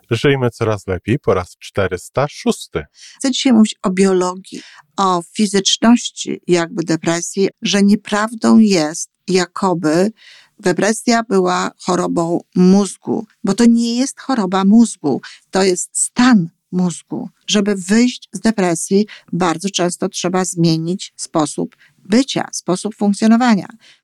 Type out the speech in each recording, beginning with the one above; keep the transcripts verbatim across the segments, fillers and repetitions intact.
Żyjmy coraz lepiej po raz czterysta szósty. Chcę dzisiaj mówić o biologii, o fizyczności jakby depresji, że nieprawdą jest, jakoby depresja była chorobą mózgu, bo to nie jest choroba mózgu, to jest stan mózgu. Żeby wyjść z depresji, bardzo często trzeba zmienić sposób bycia, sposób funkcjonowania.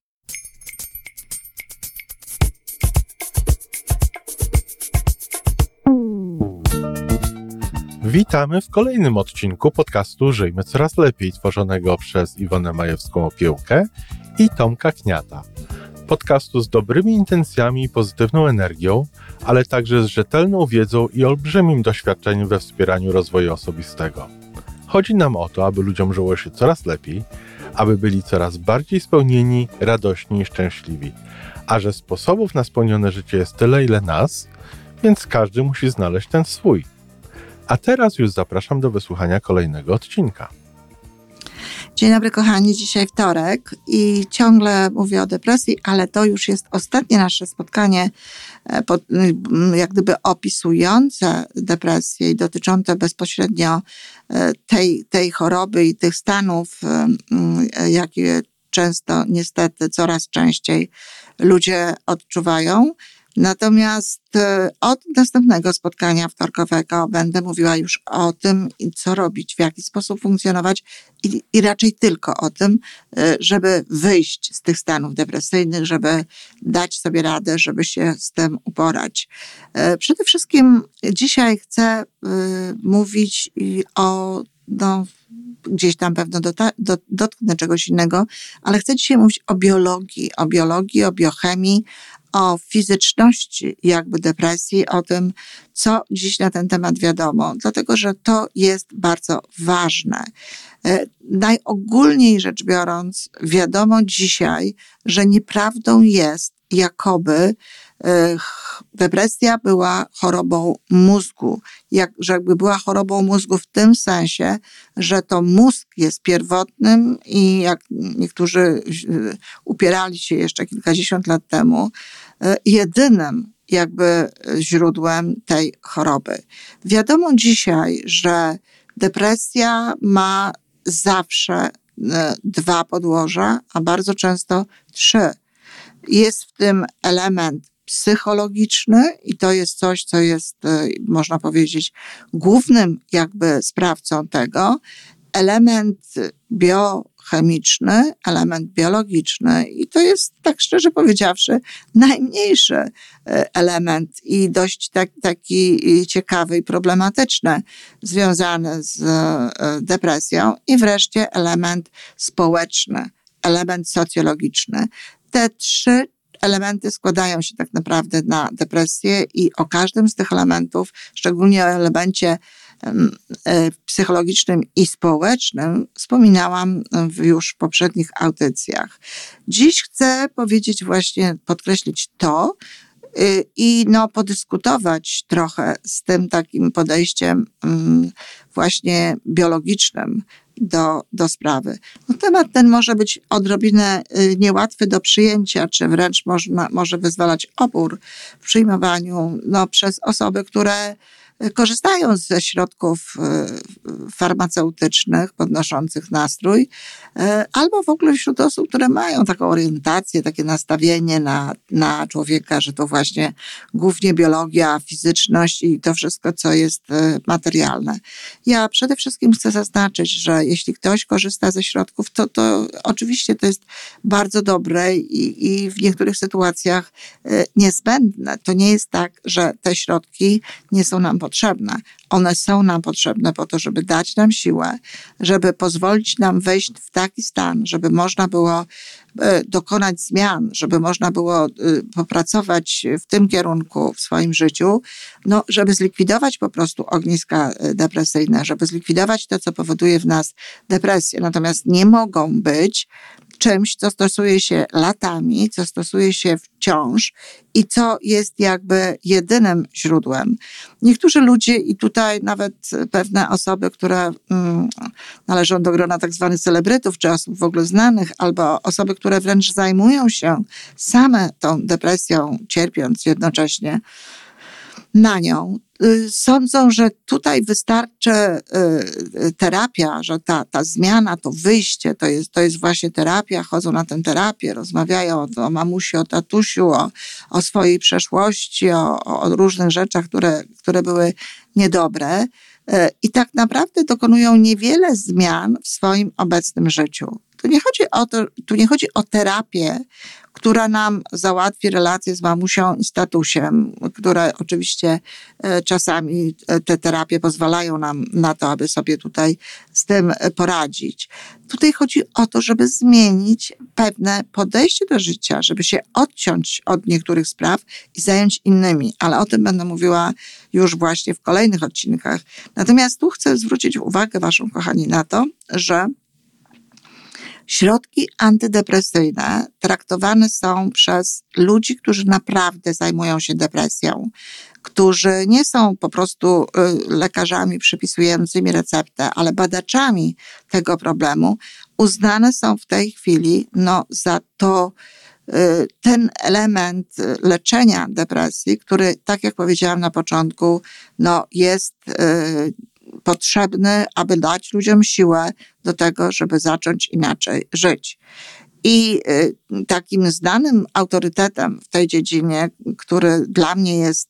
Witamy w kolejnym odcinku podcastu Żyjmy Coraz Lepiej, tworzonego przez Iwonę Majewską-Opiełkę i Tomka Kniata. Podcastu z dobrymi intencjami i pozytywną energią, ale także z rzetelną wiedzą i olbrzymim doświadczeniem we wspieraniu rozwoju osobistego. Chodzi nam o to, aby ludziom żyło się coraz lepiej, aby byli coraz bardziej spełnieni, radośni i szczęśliwi. A że sposobów na spełnione życie jest tyle, ile nas, więc każdy musi znaleźć ten swój. A teraz już zapraszam do wysłuchania kolejnego odcinka. Dzień dobry kochani, dzisiaj wtorek i ciągle mówię o depresji, ale to już jest ostatnie nasze spotkanie pod, jak gdyby opisujące depresję i dotyczące bezpośrednio tej, tej choroby i tych stanów, jakie często niestety coraz częściej ludzie odczuwają. Natomiast od następnego spotkania wtorkowego będę mówiła już o tym, co robić, w jaki sposób funkcjonować i, i raczej tylko o tym, żeby wyjść z tych stanów depresyjnych, żeby dać sobie radę, żeby się z tym uporać. Przede wszystkim dzisiaj chcę mówić o, no, gdzieś tam pewno dota, do, dotknę czegoś innego, ale chcę dzisiaj mówić o biologii, o biologii, o biochemii, o fizyczności jakby depresji, o tym, co dziś na ten temat wiadomo, dlatego że to jest bardzo ważne. Najogólniej rzecz biorąc, wiadomo dzisiaj, że nieprawdą jest, jakoby depresja była chorobą mózgu. Jak, że jakby była chorobą mózgu w tym sensie, że to mózg jest pierwotnym i jak niektórzy upierali się jeszcze kilkadziesiąt lat temu, jedynym jakby źródłem tej choroby. Wiadomo dzisiaj, że depresja ma zawsze dwa podłoża, a bardzo często trzy. Jest w tym element psychologiczny i to jest coś, co jest, można powiedzieć, głównym jakby sprawcą tego. Element biochemiczny, element biologiczny i to jest, tak szczerze powiedziawszy, najmniejszy element i dość tak, taki ciekawy i problematyczny, związany z depresją i wreszcie element społeczny, element socjologiczny. Te trzy elementy składają się tak naprawdę na depresję i o każdym z tych elementów, szczególnie o elemencie psychologicznym i społecznym, wspominałam już w poprzednich audycjach. Dziś chcę powiedzieć właśnie, podkreślić to i no, podyskutować trochę z tym takim podejściem właśnie biologicznym do, do sprawy. No, temat ten może być odrobinę niełatwy do przyjęcia, czy wręcz można, może wyzwalać opór w przyjmowaniu no, przez osoby, które korzystają ze środków farmaceutycznych podnoszących nastrój, albo w ogóle wśród osób, które mają taką orientację, takie nastawienie na, na człowieka, że to właśnie głównie biologia, fizyczność i to wszystko, co jest materialne. Ja przede wszystkim chcę zaznaczyć, że jeśli ktoś korzysta ze środków, to, to oczywiście to jest bardzo dobre i, i w niektórych sytuacjach niezbędne. To nie jest tak, że te środki nie są nam potrzebne. One są nam potrzebne po to, żeby dać nam siłę, żeby pozwolić nam wejść w taki stan, żeby można było dokonać zmian, żeby można było popracować w tym kierunku w swoim życiu, no, żeby zlikwidować po prostu ogniska depresyjne, żeby zlikwidować to, co powoduje w nas depresję. Natomiast nie mogą być czymś, co stosuje się latami, co stosuje się wciąż i co jest jakby jedynym źródłem. Niektórzy ludzie i tutaj nawet pewne osoby, które mm, należą do grona tak zwanych celebrytów, czy osób w ogóle znanych, albo osoby, które wręcz zajmują się same tą depresją, cierpiąc jednocześnie na nią, sądzą, że tutaj wystarczy terapia, że ta, ta zmiana, to wyjście, to jest, to jest właśnie terapia, chodzą na tę terapię, rozmawiają o, o mamusi, o tatusiu, o, o swojej przeszłości, o, o różnych rzeczach, które, które były niedobre i tak naprawdę dokonują niewiele zmian w swoim obecnym życiu. Tu nie chodzi o to, tu nie chodzi o terapię, która nam załatwi relacje z mamusią i z tatusiem, które oczywiście czasami te terapie pozwalają nam na to, aby sobie tutaj z tym poradzić. Tutaj chodzi o to, żeby zmienić pewne podejście do życia, żeby się odciąć od niektórych spraw i zająć innymi, ale o tym będę mówiła już właśnie w kolejnych odcinkach. Natomiast tu chcę zwrócić uwagę waszą, kochani, na to, że środki antydepresyjne traktowane są przez ludzi, którzy naprawdę zajmują się depresją, którzy nie są po prostu lekarzami przypisującymi receptę, ale badaczami tego problemu, uznane są w tej chwili no, za to ten element leczenia depresji, który, tak jak powiedziałam na początku, no, jest potrzebny, aby dać ludziom siłę do tego, żeby zacząć inaczej żyć. I takim znanym autorytetem w tej dziedzinie, który dla mnie jest,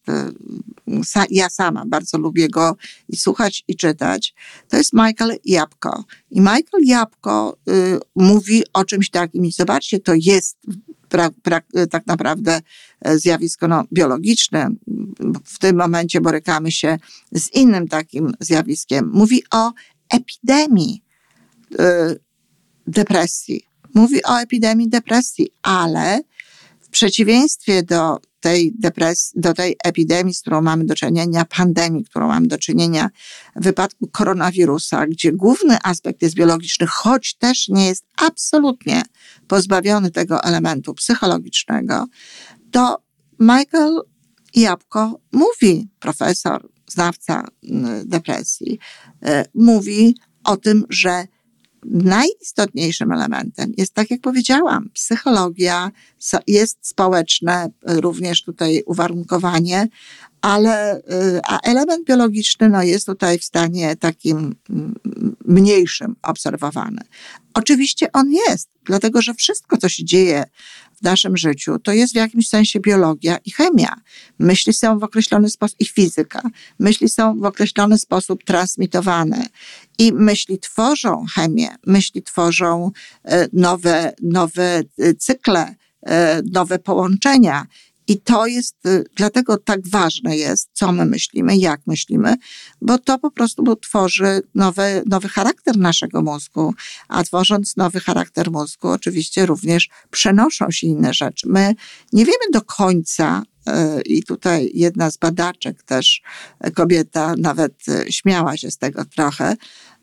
ja sama bardzo lubię go i słuchać i czytać, to jest Michael Japko. I Michael Japko y, mówi o czymś takim i zobaczcie, to jest pra, pra, tak naprawdę zjawisko no, biologiczne. W tym momencie borykamy się z innym takim zjawiskiem. Mówi o epidemii y, depresji. Mówi o epidemii depresji, ale w przeciwieństwie do tej depresji, do tej epidemii, z którą mamy do czynienia, pandemii, którą mamy do czynienia w wypadku koronawirusa, gdzie główny aspekt jest biologiczny, choć też nie jest absolutnie pozbawiony tego elementu psychologicznego, to Michael Japko mówi, profesor, znawca depresji, mówi o tym, że najistotniejszym elementem jest, tak jak powiedziałam, psychologia, jest społeczne również tutaj uwarunkowanie, ale a element biologiczny no, jest tutaj w stanie takim mniejszym obserwowany. Oczywiście on jest, dlatego że wszystko, co się dzieje w naszym życiu, to jest w jakimś sensie biologia i chemia. Myśli są w określony sposób, i fizyka, myśli są w określony sposób transmitowane. I myśli tworzą chemię, myśli tworzą nowe, nowe cykle, nowe połączenia. I to jest, dlatego tak ważne jest, co my myślimy, jak myślimy, bo to po prostu tworzy nowy, nowy charakter naszego mózgu, a tworząc nowy charakter mózgu, oczywiście również przenoszą się inne rzeczy. My nie wiemy do końca, i tutaj jedna z badaczek też, kobieta, nawet śmiała się z tego trochę,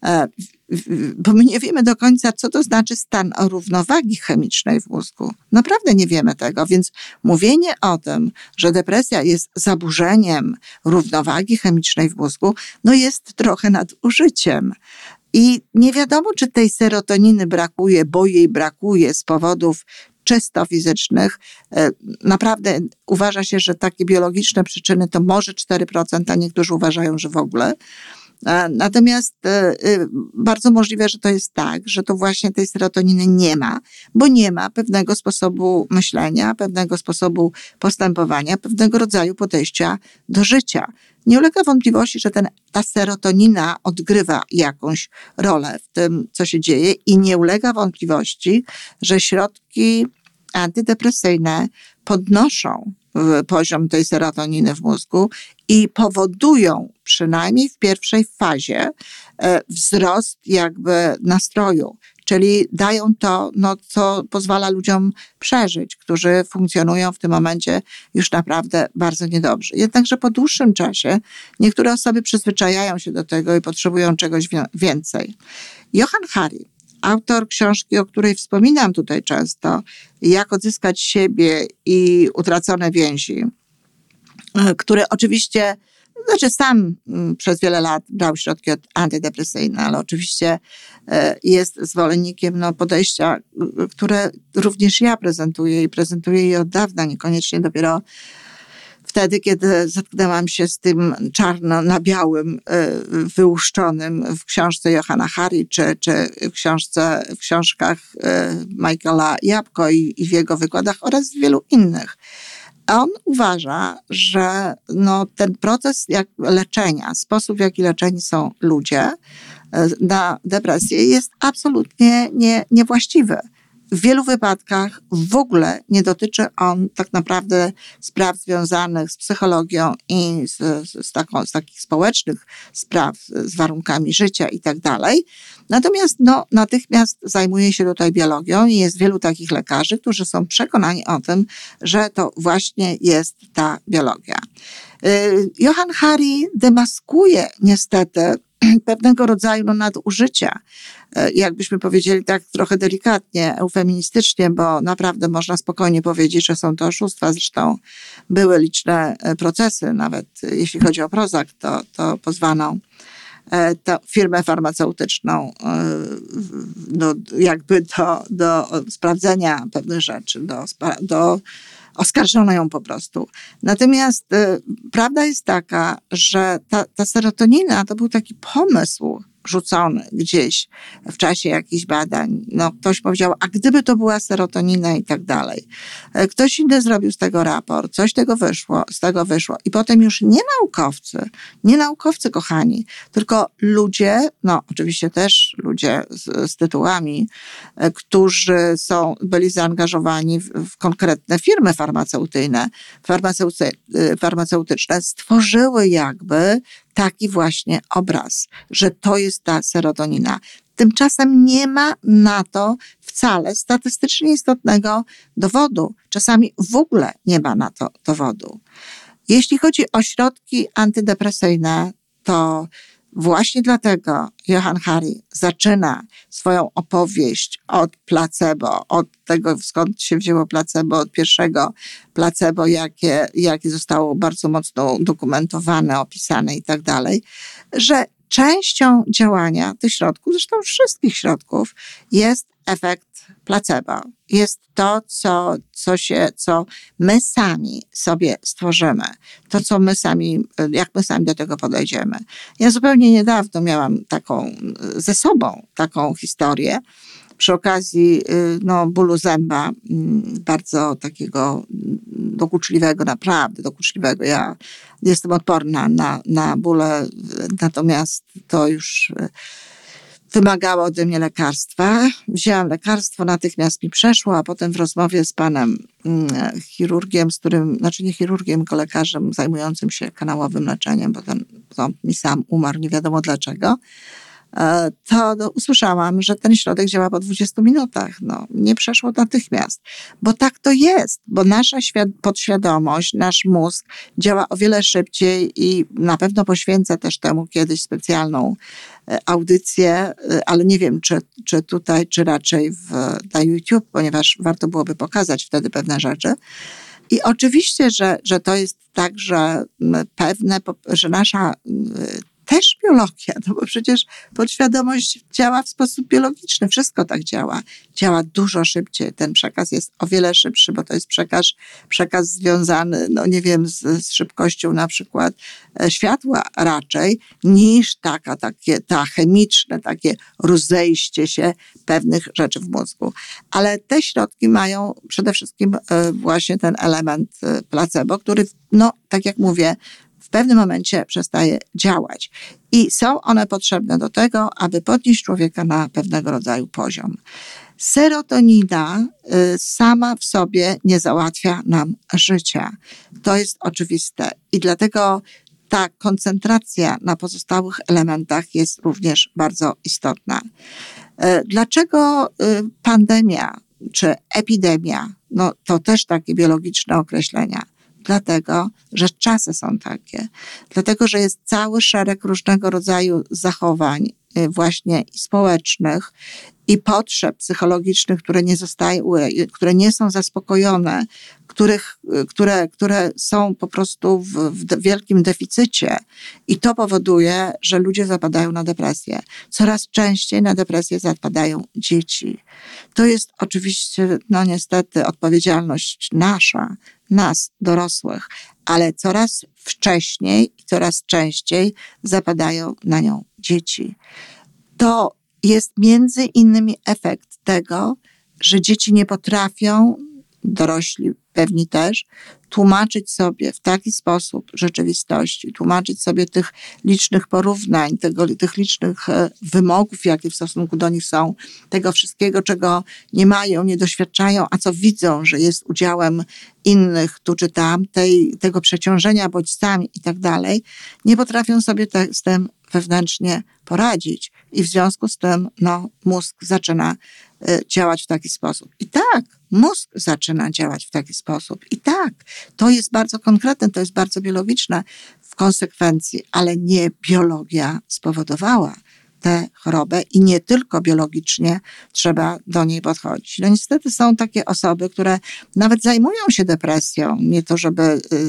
bo my nie wiemy do końca, co to znaczy stan równowagi chemicznej w mózgu. Naprawdę nie wiemy tego, więc mówienie o tym, że depresja jest zaburzeniem równowagi chemicznej w mózgu, no jest trochę nadużyciem. I nie wiadomo, czy tej serotoniny brakuje, bo jej brakuje z powodów czysto fizycznych. Naprawdę uważa się, że takie biologiczne przyczyny to może cztery procent, a niektórzy uważają, że w ogóle. Natomiast bardzo możliwe, że to jest tak, że to właśnie tej serotoniny nie ma, bo nie ma pewnego sposobu myślenia, pewnego sposobu postępowania, pewnego rodzaju podejścia do życia. Nie ulega wątpliwości, że ten, ta serotonina odgrywa jakąś rolę w tym, co się dzieje i nie ulega wątpliwości, że środki antydepresyjne podnoszą poziom tej serotoniny w mózgu i powodują, przynajmniej w pierwszej fazie, wzrost jakby nastroju, czyli dają to, no, co pozwala ludziom przeżyć, którzy funkcjonują w tym momencie już naprawdę bardzo niedobrze. Jednakże po dłuższym czasie niektóre osoby przyzwyczajają się do tego i potrzebują czegoś więcej. Johann Hari, autor książki, o której wspominam tutaj często, Jak odzyskać siebie i utracone więzi, który oczywiście, znaczy sam przez wiele lat brał środki antydepresyjne, ale oczywiście jest zwolennikiem no, podejścia, które również ja prezentuję i prezentuję je od dawna, niekoniecznie dopiero w wtedy, kiedy zetknęłam się z tym czarno na białym, wyłuszczonym w książce Johanna Hari, czy, czy w, książce, w książkach Michaela Jabko i, i w jego wykładach oraz w wielu innych. On uważa, że no, ten proces jak leczenia, sposób w jaki leczeni są ludzie na depresję jest absolutnie nie, niewłaściwy. W wielu wypadkach w ogóle nie dotyczy on tak naprawdę spraw związanych z psychologią i z, z, taką, z takich społecznych spraw, z warunkami życia i tak dalej. Natomiast no, natychmiast zajmuje się tutaj biologią i jest wielu takich lekarzy, którzy są przekonani o tym, że to właśnie jest ta biologia. Johann Hari demaskuje niestety pewnego rodzaju no, nadużycia, jakbyśmy powiedzieli tak trochę delikatnie, eufeministycznie, bo naprawdę można spokojnie powiedzieć, że są to oszustwa. Zresztą były liczne procesy, nawet jeśli chodzi o Prozac, to, to pozwano tę firmę farmaceutyczną no, jakby do, do sprawdzenia pewnych rzeczy, do, do oskarżono ją po prostu. Natomiast y, prawda jest taka, że ta, ta serotonina to był taki pomysł rzucony gdzieś w czasie jakichś badań. No, ktoś powiedział, a gdyby to była serotonina i tak dalej. Ktoś inny zrobił z tego raport, coś tego wyszło, z tego wyszło. I potem już nie naukowcy, nie naukowcy kochani, tylko ludzie, no oczywiście też ludzie z, z tytułami, którzy są, byli zaangażowani w, w konkretne firmy farmaceutyczne, farmaceuty, farmaceutyczne, stworzyły jakby taki właśnie obraz, że to jest ta serotonina. Tymczasem nie ma na to wcale statystycznie istotnego dowodu. Czasami w ogóle nie ma na to dowodu. Jeśli chodzi o środki antydepresyjne, to właśnie dlatego Johann Hari zaczyna swoją opowieść od placebo, od tego, skąd się wzięło placebo, od pierwszego placebo, jakie, jakie zostało bardzo mocno udokumentowane, opisane i tak dalej, że częścią działania tych środków, zresztą wszystkich środków, jest efekt placebo. Jest to, co, co, się, co my sami sobie stworzymy. To, co my sami, jak my sami do tego podejdziemy. Ja zupełnie niedawno miałam taką, ze sobą taką historię, przy okazji no, bólu zęba, bardzo takiego dokuczliwego, naprawdę dokuczliwego. Ja jestem odporna na, na bóle, natomiast to już wymagało ode mnie lekarstwa. Wzięłam lekarstwo, natychmiast mi przeszło, a potem w rozmowie z panem chirurgiem, z którym, znaczy nie chirurgiem, tylko lekarzem zajmującym się kanałowym leczeniem, bo ten ząb mi sam umarł, nie wiadomo dlaczego, to no, usłyszałam, że ten środek działa po dwudziestu minutach. No, nie przeszło natychmiast. Bo tak to jest, bo nasza świad- podświadomość, nasz mózg działa o wiele szybciej i na pewno poświęcę też temu kiedyś specjalną audycję, ale nie wiem, czy, czy tutaj, czy raczej w, na YouTube, ponieważ warto byłoby pokazać wtedy pewne rzeczy. I oczywiście, że, że to jest tak, że pewne, że nasza też biologia, no bo przecież podświadomość działa w sposób biologiczny, wszystko tak działa. Działa dużo szybciej, ten przekaz jest o wiele szybszy, bo to jest przekaz, przekaz związany, no nie wiem, z, z szybkością na przykład światła raczej, niż taka, takie, ta chemiczne, takie rozejście się pewnych rzeczy w mózgu. Ale te środki mają przede wszystkim właśnie ten element placebo, który, no tak jak mówię, w pewnym momencie przestaje działać. I są one potrzebne do tego, aby podnieść człowieka na pewnego rodzaju poziom. Serotonina y, sama w sobie nie załatwia nam życia. To jest oczywiste. I dlatego ta koncentracja na pozostałych elementach jest również bardzo istotna. Y, dlaczego y, pandemia czy epidemia, no to też takie biologiczne określenia, dlatego, że czasy są takie. Dlatego, że jest cały szereg różnego rodzaju zachowań właśnie i społecznych i potrzeb psychologicznych, które nie zostają, które nie są zaspokojone, których, które, które są po prostu w, w wielkim deficycie. I to powoduje, że ludzie zapadają na depresję. Coraz częściej na depresję zapadają dzieci. To jest oczywiście, no niestety, odpowiedzialność nasza, nas, dorosłych, ale coraz wcześniej i coraz częściej zapadają na nią dzieci. To jest między innymi efekt tego, że dzieci nie potrafią, dorośli pewni też, tłumaczyć sobie w taki sposób rzeczywistości, tłumaczyć sobie tych licznych porównań, tego, tych licznych wymogów, jakie w stosunku do nich są, tego wszystkiego, czego nie mają, nie doświadczają, a co widzą, że jest udziałem innych tu czy tam, tej, tego przeciążenia bodźcami i tak dalej, nie potrafią sobie te, z tym wewnętrznie poradzić. I w związku z tym no, mózg zaczyna y, działać w taki sposób. I tak, mózg zaczyna działać w taki sposób. I tak, to jest bardzo konkretne, to jest bardzo biologiczne w konsekwencji, ale nie biologia spowodowała tę chorobę i nie tylko biologicznie trzeba do niej podchodzić. No niestety są takie osoby, które nawet zajmują się depresją, nie to żeby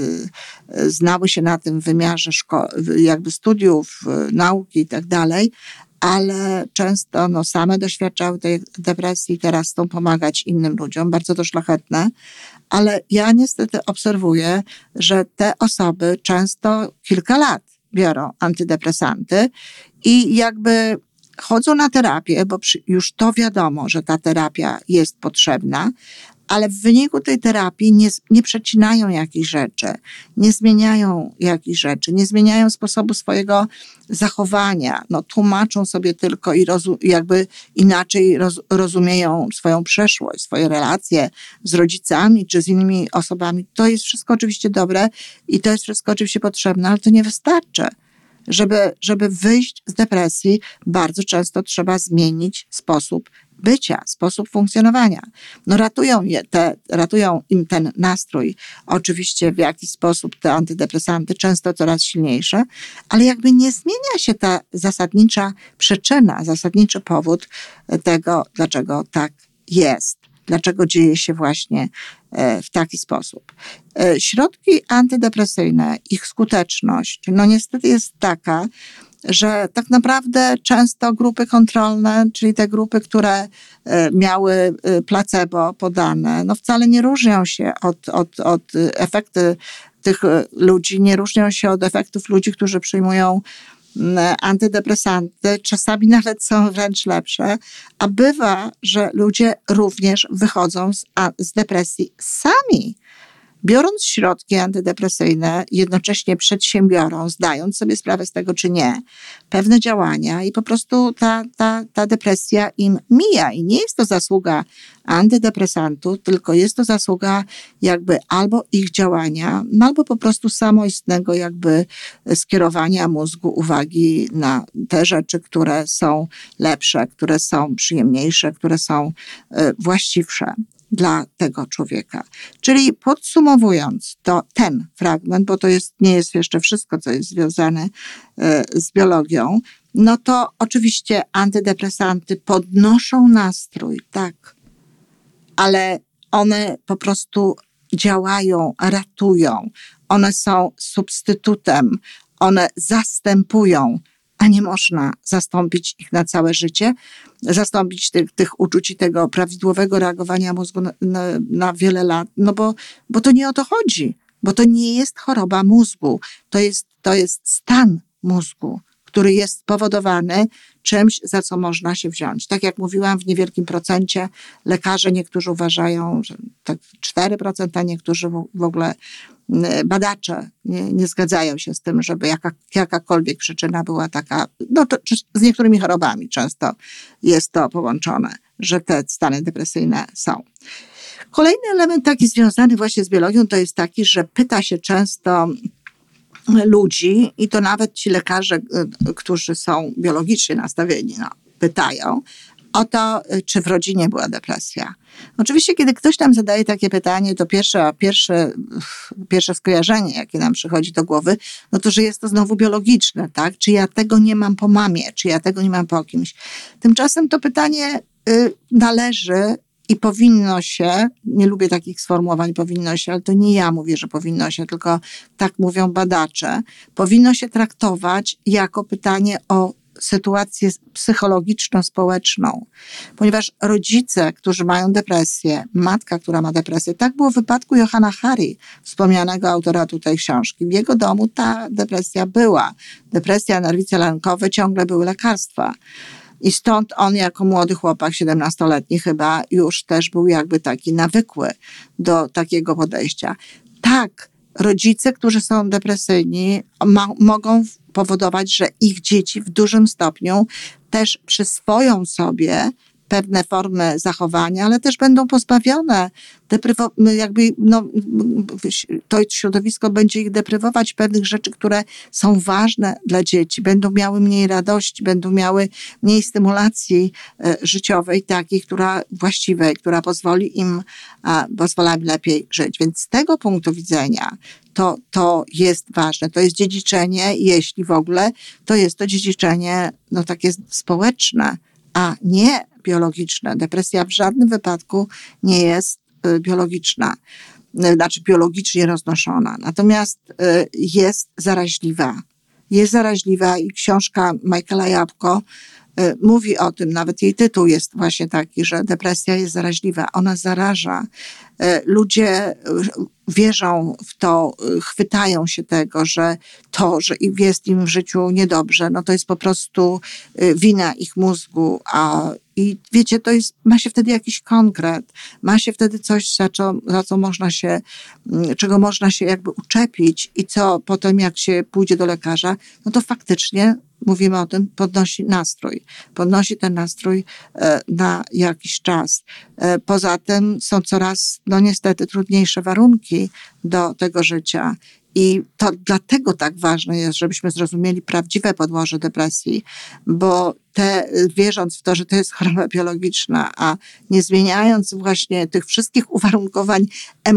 y, znały się na tym w wymiarze szko- jakby studiów, y, nauki i tak dalej, ale często no, same doświadczały tej depresji i teraz chcą pomagać innym ludziom, bardzo to szlachetne, ale ja niestety obserwuję, że te osoby często kilka lat biorą antydepresanty i jakby chodzą na terapię, bo już to wiadomo, że ta terapia jest potrzebna, ale w wyniku tej terapii nie, nie przecinają jakichś rzeczy, nie zmieniają jakichś rzeczy, nie zmieniają sposobu swojego zachowania, no tłumaczą sobie tylko i rozu, jakby inaczej roz, rozumieją swoją przeszłość, swoje relacje z rodzicami czy z innymi osobami. To jest wszystko oczywiście dobre i to jest wszystko oczywiście potrzebne, ale to nie wystarczy. Żeby, żeby wyjść z depresji, bardzo często trzeba zmienić sposób bycia, sposób funkcjonowania. No ratują, je te, ratują im ten nastrój, oczywiście w jakiś sposób te antydepresanty, często coraz silniejsze, ale jakby nie zmienia się ta zasadnicza przyczyna, zasadniczy powód tego, dlaczego tak jest. Dlaczego dzieje się właśnie w taki sposób. Środki antydepresyjne, ich skuteczność, no niestety jest taka, że tak naprawdę często grupy kontrolne, czyli te grupy, które miały placebo podane, no wcale nie różnią się od, od, od efekty tych ludzi, nie różnią się od efektów ludzi, którzy przyjmują antydepresanty, czasami nawet są wręcz lepsze, a bywa, że ludzie również wychodzą z, z depresji sami. Biorąc środki antydepresyjne, jednocześnie przedsiębiorą, zdając sobie sprawę z tego, czy nie, pewne działania i po prostu ta, ta, ta depresja im mija. I nie jest to zasługa antydepresantu, tylko jest to zasługa jakby albo ich działania, no albo po prostu samoistnego jakby skierowania mózgu uwagi na te rzeczy, które są lepsze, które są przyjemniejsze, które są właściwsze dla tego człowieka. Czyli podsumowując to ten fragment, bo to jest, nie jest jeszcze wszystko, co jest związane z biologią, no to oczywiście antydepresanty podnoszą nastrój, tak, ale one po prostu działają, ratują, one są substytutem, one zastępują, a nie można zastąpić ich na całe życie, zastąpić tych, tych uczuć i tego prawidłowego reagowania mózgu na, na, na wiele lat, no bo, bo to nie o to chodzi, bo to nie jest choroba mózgu, to jest, to jest stan mózgu, który jest spowodowany czymś, za co można się wziąć. Tak jak mówiłam, w niewielkim procencie lekarze niektórzy uważają, że tak cztery procent, a niektórzy w ogóle badacze nie, nie zgadzają się z tym, żeby jaka, jakakolwiek przyczyna była taka, no to z niektórymi chorobami często jest to połączone, że te stany depresyjne są. Kolejny element taki związany właśnie z biologią to jest taki, że pyta się często ludzi i to nawet ci lekarze, którzy są biologicznie nastawieni, no, pytają o to, czy w rodzinie była depresja. Oczywiście, kiedy ktoś nam zadaje takie pytanie, to pierwsze, pierwsze, pierwsze skojarzenie, jakie nam przychodzi do głowy, no to, że jest to znowu biologiczne, tak? Czy ja tego nie mam po mamie, czy ja tego nie mam po kimś. Tymczasem to pytanie y, należy i powinno się, nie lubię takich sformułowań powinno się, ale to nie ja mówię, że powinno się, tylko tak mówią badacze, powinno się traktować jako pytanie o sytuację psychologiczno-społeczną, ponieważ rodzice, którzy mają depresję, matka, która ma depresję, tak było w wypadku Johanna Hari, wspomnianego autora tutaj książki. W jego domu ta depresja była. Depresja, nerwice lękowe, ciągle były lekarstwa. I stąd on jako młody chłopak, siedemnastoletni chyba, już też był jakby taki nawykły do takiego podejścia. Tak, rodzice, którzy są depresyjni, ma, mogą powodować, że ich dzieci w dużym stopniu też przyswoją sobie pewne formy zachowania, ale też będą pozbawione, deprywo- jakby no, to środowisko będzie ich deprywować pewnych rzeczy, które są ważne dla dzieci. Będą miały mniej radości, będą miały mniej stymulacji e, życiowej, takiej, która właściwej, która pozwoli im, a, pozwala im lepiej żyć. Więc z tego punktu widzenia to, to jest ważne. To jest dziedziczenie, jeśli w ogóle, to jest to dziedziczenie no, takie społeczne, a nie biologiczne. Depresja w żadnym wypadku nie jest y, biologiczna, y, znaczy biologicznie roznoszona. Natomiast y, jest zaraźliwa. Jest zaraźliwa i książka Michaela Jabko y, mówi o tym, nawet jej tytuł jest właśnie taki, że depresja jest zaraźliwa. Ona zaraża. Y, ludzie y, wierzą w to, y, chwytają się tego, że to, że jest im w życiu niedobrze, no to jest po prostu y, wina ich mózgu, a i wiecie, to jest, ma się wtedy jakiś konkret, ma się wtedy coś, za co, za co można się, czego można się jakby uczepić i co potem jak się pójdzie do lekarza, no to faktycznie, mówimy o tym, podnosi nastrój. Podnosi ten nastrój e, na jakiś czas. E, poza tym są coraz, no niestety, trudniejsze warunki do tego życia. I to dlatego tak ważne jest, żebyśmy zrozumieli prawdziwe podłoże depresji, bo te, wierząc w to, że to jest choroba biologiczna, a nie zmieniając właśnie tych wszystkich uwarunkowań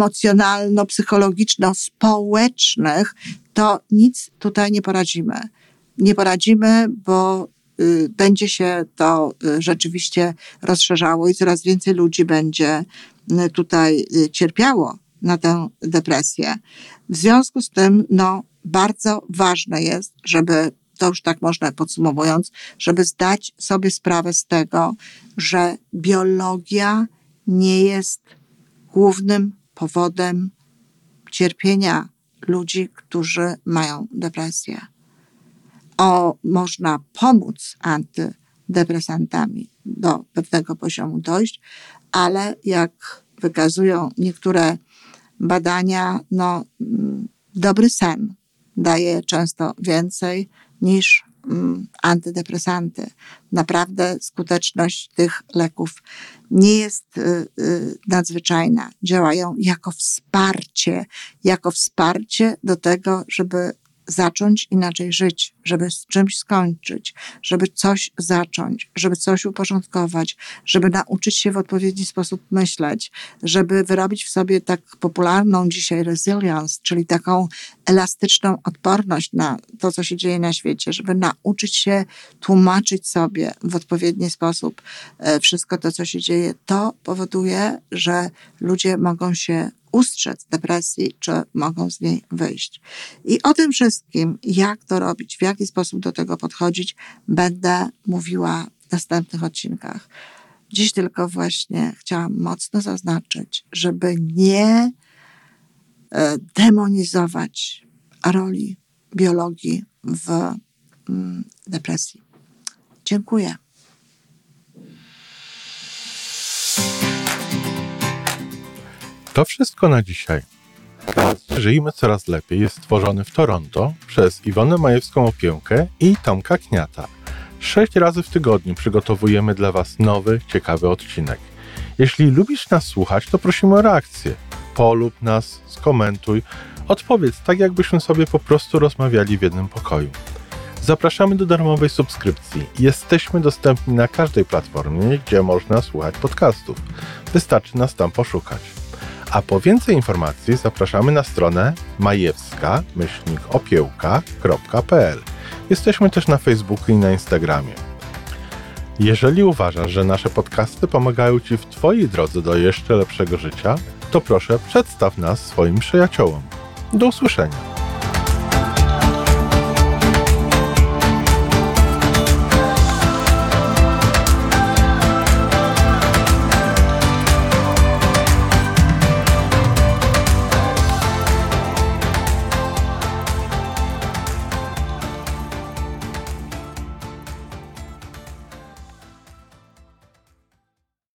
emocjonalno-psychologiczno-społecznych, to nic tutaj nie poradzimy. Nie poradzimy, bo y, będzie się to y, rzeczywiście rozszerzało i coraz więcej ludzi będzie y, tutaj y, cierpiało na tę depresję. W związku z tym, no, bardzo ważne jest, żeby, to już tak można podsumowując, żeby zdać sobie sprawę z tego, że biologia nie jest głównym powodem cierpienia ludzi, którzy mają depresję. O, można pomóc antydepresantami do pewnego poziomu dojść, ale jak wykazują niektóre badania, no, dobry sen daje często więcej niż mm, antydepresanty. Naprawdę skuteczność tych leków nie jest y, y, nadzwyczajna. Działają jako wsparcie, jako wsparcie do tego, żeby zacząć inaczej żyć, żeby z czymś skończyć, żeby coś zacząć, żeby coś uporządkować, żeby nauczyć się w odpowiedni sposób myśleć, żeby wyrobić w sobie tak popularną dzisiaj resilience, czyli taką elastyczną odporność na to, co się dzieje na świecie, żeby nauczyć się tłumaczyć sobie w odpowiedni sposób wszystko to, co się dzieje. To powoduje, że ludzie mogą się ustrzec depresji, czy mogą z niej wyjść. I o tym wszystkim, jak to robić, w jaki sposób do tego podchodzić, będę mówiła w następnych odcinkach. Dziś tylko właśnie chciałam mocno zaznaczyć, żeby nie demonizować roli biologii w mm, depresji. Dziękuję. To wszystko na dzisiaj. Żyjmy coraz lepiej jest stworzony w Toronto przez Iwonę Majewską-Opiełkę i Tomka Kniata. Sześć razy w tygodniu przygotowujemy dla Was nowy, ciekawy odcinek. Jeśli lubisz nas słuchać, to prosimy o reakcję. Polub nas, skomentuj, odpowiedz tak, jakbyśmy sobie po prostu rozmawiali w jednym pokoju. Zapraszamy do darmowej subskrypcji. Jesteśmy dostępni na każdej platformie, gdzie można słuchać podcastów. Wystarczy nas tam poszukać. A po więcej informacji zapraszamy na stronę majewska myślnik opiełka kropka p l. Jesteśmy też na Facebooku i na Instagramie. Jeżeli uważasz, że nasze podcasty pomagają Ci w Twojej drodze do jeszcze lepszego życia, to proszę przedstaw nas swoim przyjaciołom. Do usłyszenia.